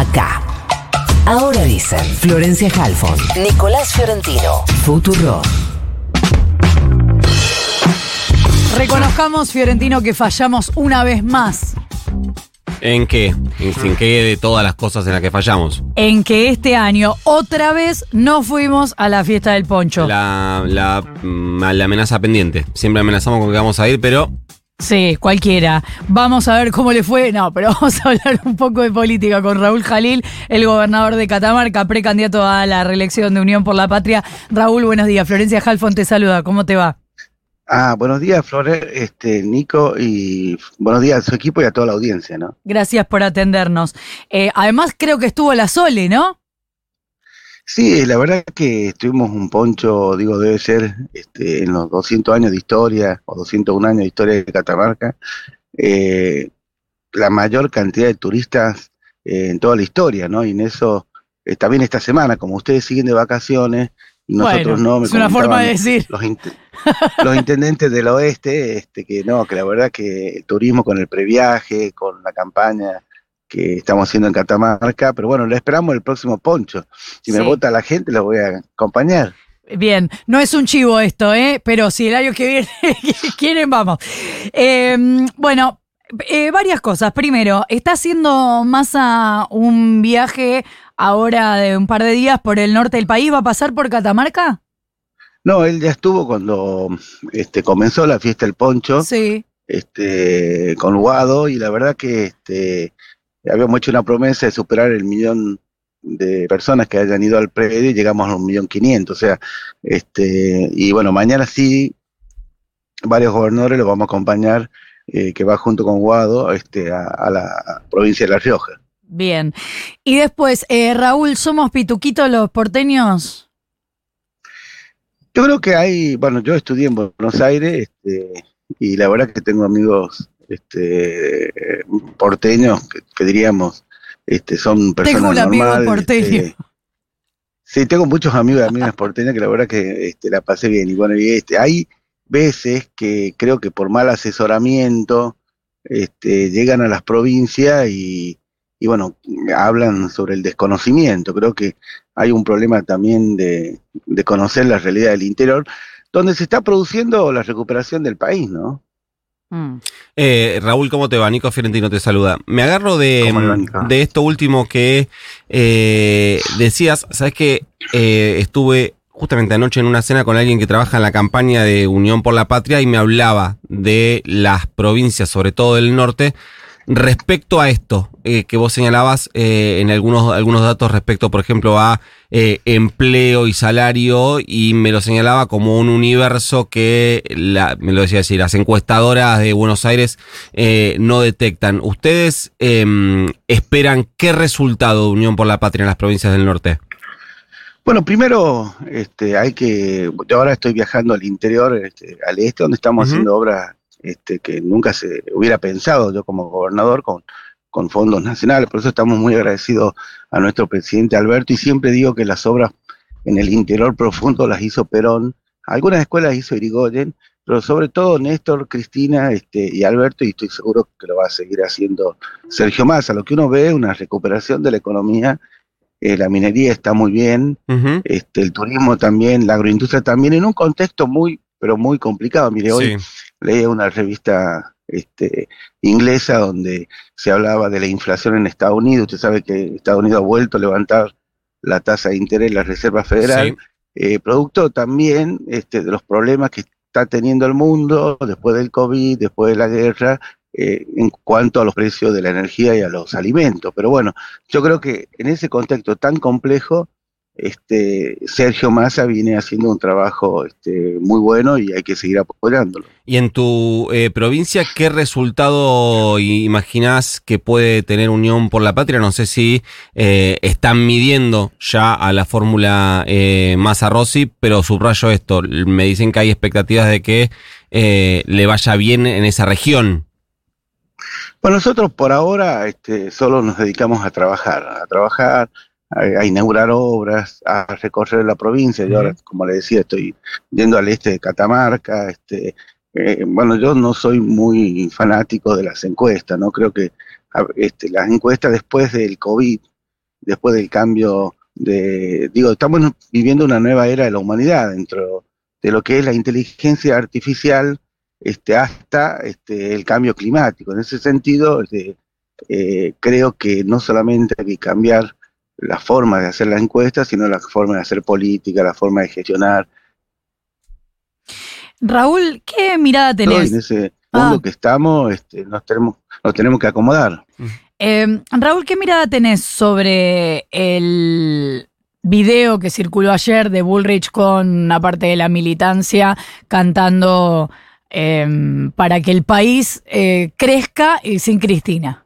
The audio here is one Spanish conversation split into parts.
acá. Ahora dicen Florencia Halfon, Nicolás Fiorentino, Futuro. Reconozcamos, Fiorentino, que fallamos una vez más. ¿En qué? ¿En qué de todas las cosas en las que fallamos? En que este año otra vez no fuimos a la fiesta del poncho. La amenaza pendiente. Siempre amenazamos con que vamos a ir, pero... Sí, cualquiera. Vamos a ver cómo le fue. No, pero vamos a hablar un poco de política con Raúl Jalil, el gobernador de Catamarca, precandidato a la reelección de Unión por la Patria. Raúl, buenos días. Florencia Halfon te saluda. ¿Cómo te va? Buenos días, Flores, Nico, y buenos días a su equipo y a toda la audiencia, ¿no? Gracias por atendernos. Además, creo que estuvo la Sole, ¿no? Sí, la verdad que estuvimos un poncho, digo, debe ser en los 200 años de historia, o 201 años de historia de Catamarca, la mayor cantidad de turistas en toda la historia, ¿no? Y en eso, también esta semana, como ustedes siguen de vacaciones, y nosotros bueno, no, me es una forma de decir. Los intendentes del oeste, que la verdad que el turismo con el previaje, con la campaña que estamos haciendo en Catamarca, pero bueno, lo esperamos el próximo poncho. Si me vota la gente, lo voy a acompañar. Bien, no es un chivo esto, pero si el año que viene quieren, vamos. Bueno, varias cosas. Primero, ¿está haciendo Massa un viaje ahora de un par de días por el norte del país? ¿Va a pasar por Catamarca? No, él ya estuvo cuando comenzó la fiesta del poncho, sí. Con Guado, y la verdad que habíamos hecho una promesa de superar el 1.000.000 de personas que hayan ido al predio y llegamos a los 1.500.000, o sea, y bueno, mañana sí, varios gobernadores los vamos a acompañar, que va junto con Guado, a la provincia de La Rioja. Bien, y después, Raúl, ¿somos pituquitos los porteños? Yo creo que yo estudié en Buenos Aires, y la verdad que tengo amigos porteños que diríamos son personas tengo un normales. Amigo porteño. Sí, tengo muchos amigos y amigas porteñas que la verdad que la pasé bien. Y bueno, hay veces que creo que por mal asesoramiento llegan a las provincias y bueno, hablan sobre el desconocimiento. Creo que hay un problema también de conocer la realidad del interior, donde se está produciendo la recuperación del país, ¿no? Raúl, ¿cómo te va? Nico Fiorentino te saluda. Me agarro de esto último que decías. Sabes que estuve justamente anoche en una cena con alguien que trabaja en la campaña de Unión por la Patria y me hablaba de las provincias, sobre todo del norte, respecto a esto que vos señalabas en algunos datos respecto, por ejemplo, a empleo y salario, y me lo señalaba como un universo que, me lo decía así, las encuestadoras de Buenos Aires no detectan. ¿Ustedes esperan qué resultado de Unión por la Patria en las provincias del norte? Bueno, primero yo ahora estoy viajando al interior, al este, donde estamos haciendo obras que nunca se hubiera pensado yo como gobernador con fondos nacionales. Por eso estamos muy agradecidos a nuestro presidente Alberto, y siempre digo que las obras en el interior profundo las hizo Perón, algunas escuelas hizo Irigoyen, pero sobre todo Néstor, Cristina y Alberto, y estoy seguro que lo va a seguir haciendo Sergio Massa. Lo que uno ve es una recuperación de la economía. La minería está muy bien, el turismo también, la agroindustria también, en un contexto pero muy complicado. Mire, hoy leí una revista inglesa donde se hablaba de la inflación en Estados Unidos. Usted sabe que Estados Unidos ha vuelto a levantar la tasa de interés, la Reserva Federal, producto también de los problemas que está teniendo el mundo después del COVID, después de la guerra, en cuanto a los precios de la energía y a los alimentos. Pero bueno, yo creo que en ese contexto tan complejo, Sergio Massa viene haciendo un trabajo muy bueno y hay que seguir apoyándolo. Y en tu provincia, ¿qué resultado imaginás que puede tener Unión por la Patria? No sé si están midiendo ya a la fórmula Massa-Rossi, pero subrayo esto, me dicen que hay expectativas de que le vaya bien en esa región. Bueno, nosotros por ahora solo nos dedicamos a trabajar, a inaugurar obras, a recorrer la provincia. Yo ahora, como le decía, estoy yendo al este de Catamarca. Bueno, yo no soy muy fanático de las encuestas, ¿no? Creo que las encuestas después del COVID después del cambio estamos viviendo una nueva era de la humanidad dentro de lo que es la inteligencia artificial hasta el cambio climático. En ese sentido, creo que no solamente hay que cambiar la forma de hacer la encuesta, sino la forma de hacer política, la forma de gestionar. Raúl, ¿qué mirada tenés? En ese mundo que estamos, nos tenemos que acomodar. Raúl, ¿qué mirada tenés sobre el video que circuló ayer de Bullrich con una parte de la militancia cantando para que el país crezca y sin Cristina?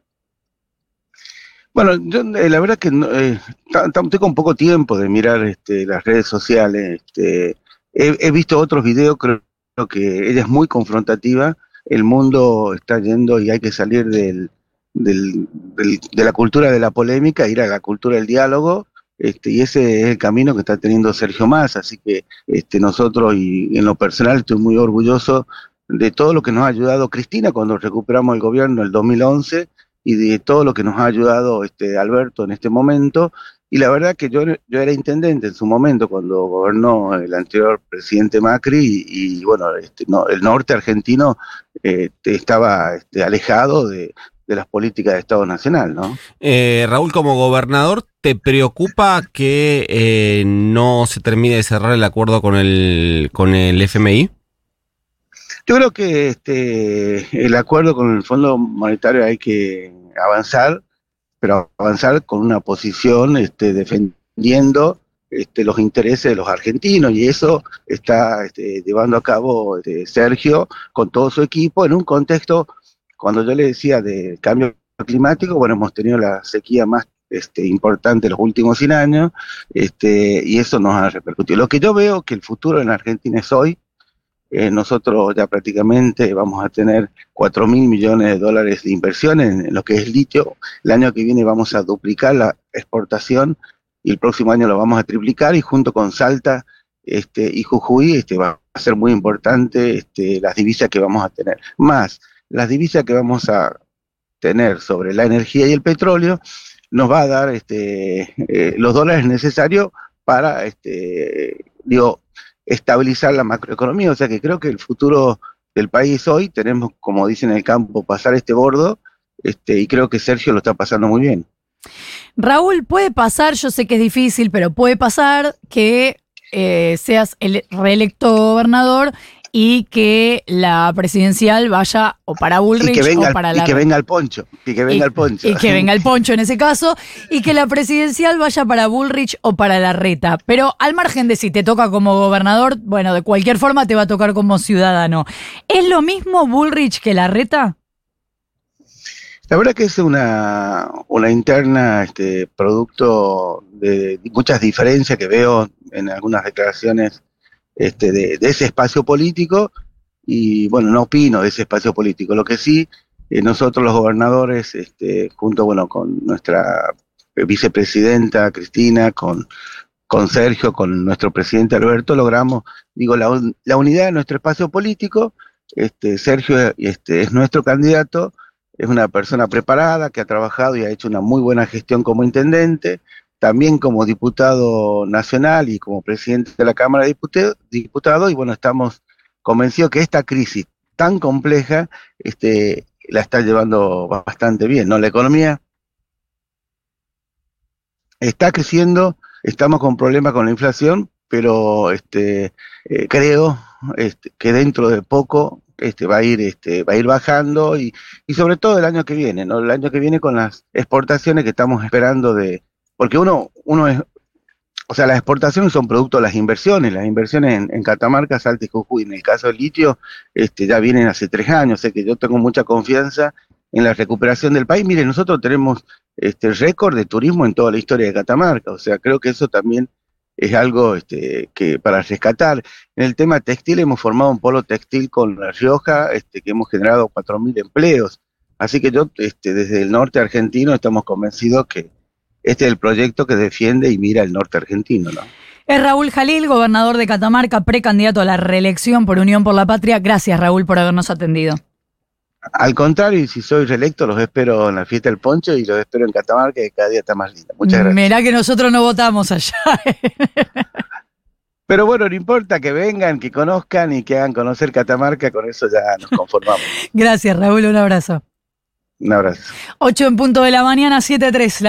Bueno, yo la verdad que estoy con poco tiempo de mirar las redes sociales. He visto otros videos, creo que ella es muy confrontativa. El mundo está yendo y hay que salir de la cultura de la polémica, ir a la cultura del diálogo, y ese es el camino que está teniendo Sergio Massa. Así que nosotros, y en lo personal estoy muy orgulloso de todo lo que nos ha ayudado Cristina cuando recuperamos el gobierno en el 2011, y de todo lo que nos ha ayudado Alberto en este momento. Y la verdad que yo era intendente en su momento cuando gobernó el anterior presidente Macri, y bueno, el norte argentino estaba alejado de las políticas de Estado Nacional, ¿no? Raúl, como gobernador, ¿te preocupa que no se termine de cerrar el acuerdo con el FMI? Yo creo que el acuerdo con el Fondo Monetario hay que avanzar, pero avanzar con una posición defendiendo los intereses de los argentinos, y eso está llevando a cabo Sergio con todo su equipo en un contexto, cuando yo le decía de cambio climático, bueno, hemos tenido la sequía más importante de los últimos 100 años, y eso nos ha repercutido. Lo que yo veo que el futuro en Argentina es hoy. Nosotros ya prácticamente vamos a tener $4.000 millones de inversión en lo que es litio. El año que viene vamos a duplicar la exportación y el próximo año lo vamos a triplicar, y junto con Salta y Jujuy va a ser muy importante las divisas que vamos a tener. Más las divisas que vamos a tener sobre la energía y el petróleo nos va a dar los dólares necesarios para estabilizar la macroeconomía. O sea que creo que el futuro del país hoy, tenemos, como dicen en el campo, pasar este bordo, y creo que Sergio lo está pasando muy bien. Raúl, puede pasar, yo sé que es difícil, pero puede pasar que seas el reelecto gobernador y que la presidencial vaya o para Bullrich o para la... Y que venga el Poncho. Y que venga el Poncho en ese caso, y que la presidencial vaya para Bullrich o para Larreta. Pero al margen de si te toca como gobernador, bueno, de cualquier forma te va a tocar como ciudadano. ¿Es lo mismo Bullrich que Larreta? La verdad que es una interna producto de muchas diferencias que veo en algunas declaraciones de ese espacio político, y bueno, no opino de ese espacio político. Lo que sí, nosotros los gobernadores, junto con nuestra vicepresidenta Cristina, con Sergio, con nuestro presidente Alberto, logramos, la unidad de nuestro espacio político. Sergio es nuestro candidato, es una persona preparada que ha trabajado y ha hecho una muy buena gestión como intendente, también como diputado nacional y como presidente de la Cámara de Diputados, y bueno, estamos convencidos que esta crisis tan compleja la está llevando bastante bien, ¿no? La economía está creciendo, estamos con problemas con la inflación, pero creo que dentro de poco va a ir bajando, y sobre todo el año que viene, ¿no? El año que viene con las exportaciones que estamos esperando porque uno es, o sea, las exportaciones son producto de las inversiones en Catamarca, Salta y Jujuy. En el caso del litio, ya vienen hace 3 años, sé que yo tengo mucha confianza en la recuperación del país. Mire, nosotros tenemos récord de turismo en toda la historia de Catamarca, o sea, creo que eso también es algo que para rescatar. En el tema textil hemos formado un polo textil con La Rioja, que hemos generado 4.000 empleos, así que yo desde el norte argentino estamos convencidos que este es el proyecto que defiende y mira el norte argentino, ¿no? Es Raúl Jalil, gobernador de Catamarca, precandidato a la reelección por Unión por la Patria. Gracias, Raúl, por habernos atendido. Al contrario, y si soy reelecto, los espero en la fiesta del poncho y los espero en Catamarca, que cada día está más linda. Muchas gracias. Mirá que nosotros no votamos allá. Pero bueno, no importa, que vengan, que conozcan y que hagan conocer Catamarca, con eso ya nos conformamos. Gracias, Raúl, un abrazo. Un abrazo. 8:00 a.m, 7:03.